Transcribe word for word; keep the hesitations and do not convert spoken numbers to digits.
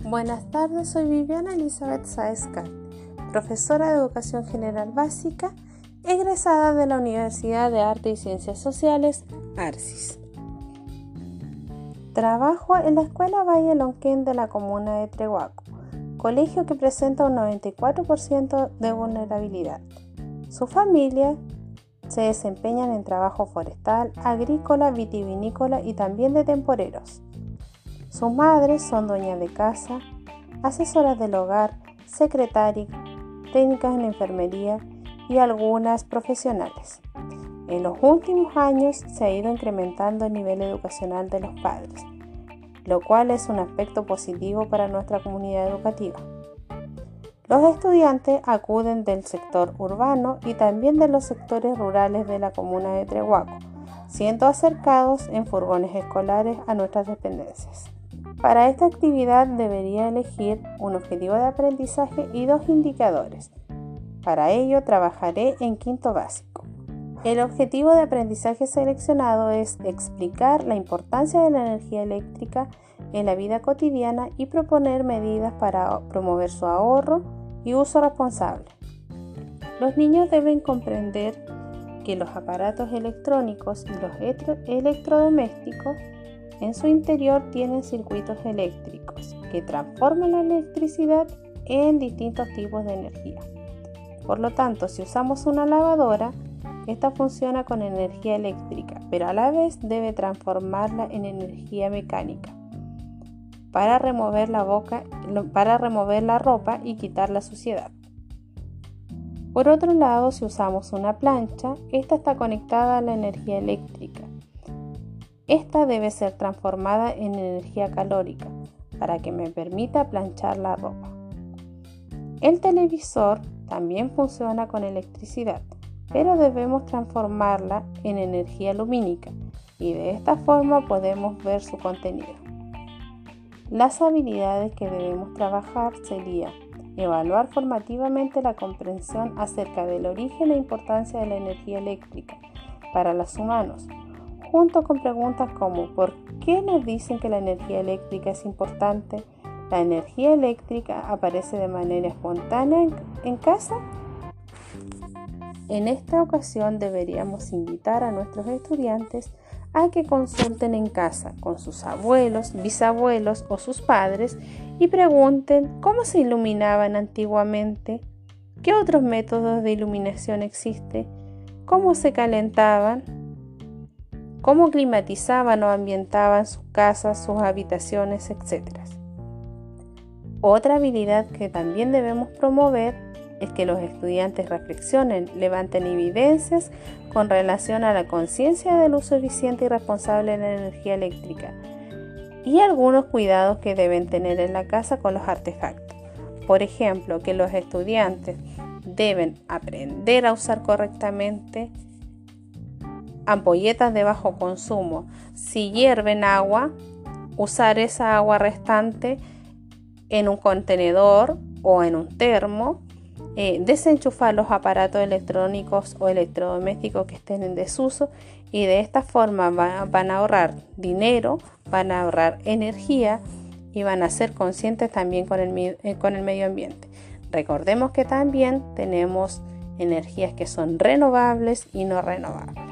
Buenas tardes, soy Viviana Elizabeth Sáez Cat, profesora de Educación General Básica, egresada de la Universidad de Arte y Ciencias Sociales, ARCIS. Trabajo en la Escuela Valle Lonquén de la comuna de Trehuaco, colegio que presenta un noventa y cuatro por ciento de vulnerabilidad. Su familia se desempeñan en trabajo forestal, agrícola, vitivinícola y también de temporeros. Sus madres son dueñas de casa, asesoras del hogar, secretarias, técnicas en enfermería y algunas profesionales. En los últimos años se ha ido incrementando el nivel educacional de los padres, lo cual es un aspecto positivo para nuestra comunidad educativa. Los estudiantes acuden del sector urbano y también de los sectores rurales de la comuna de Trehuaco, siendo acercados en furgones escolares a nuestras dependencias. Para esta actividad debería elegir un objetivo de aprendizaje y dos indicadores. Para ello trabajaré en quinto básico. El objetivo de aprendizaje seleccionado es explicar la importancia de la energía eléctrica en la vida cotidiana y proponer medidas para promover su ahorro y uso responsable. Los niños deben comprender que los aparatos electrónicos y los electrodomésticos en su interior tienen circuitos eléctricos que transforman la electricidad en distintos tipos de energía. Por lo tanto, si usamos una lavadora, esta funciona con energía eléctrica, pero a la vez debe transformarla en energía mecánica para remover la, boca, para remover la ropa y quitar la suciedad. Por otro lado, si usamos una plancha, esta está conectada a la energía eléctrica. Esta debe ser transformada en energía calórica para que me permita planchar la ropa. El televisor también funciona con electricidad, pero debemos transformarla en energía lumínica y de esta forma podemos ver su contenido. Las habilidades que debemos trabajar serían evaluar formativamente la comprensión acerca del origen e importancia de la energía eléctrica para los humanos, junto con preguntas como ¿por qué nos dicen que la energía eléctrica es importante? ¿La energía eléctrica aparece de manera espontánea en, en casa? En esta ocasión deberíamos invitar a nuestros estudiantes a que consulten en casa con sus abuelos, bisabuelos o sus padres y pregunten cómo se iluminaban antiguamente, qué otros métodos de iluminación existen, cómo se calentaban, cómo climatizaban o ambientaban sus casas, sus habitaciones, etcétera. Otra habilidad que también debemos promover es que los estudiantes reflexionen, levanten evidencias con relación a la conciencia del uso eficiente y responsable de la energía eléctrica y algunos cuidados que deben tener en la casa con los artefactos. Por ejemplo, que los estudiantes deben aprender a usar correctamente ampolletas de bajo consumo. Si hierven agua, usar esa agua restante en un contenedor o en un termo, eh, desenchufar los aparatos electrónicos o electrodomésticos que estén en desuso y de esta forma va, van a ahorrar dinero, van a ahorrar energía y van a ser conscientes también con el, eh, con el medio ambiente. Recordemos que también tenemos energías que son renovables y no renovables.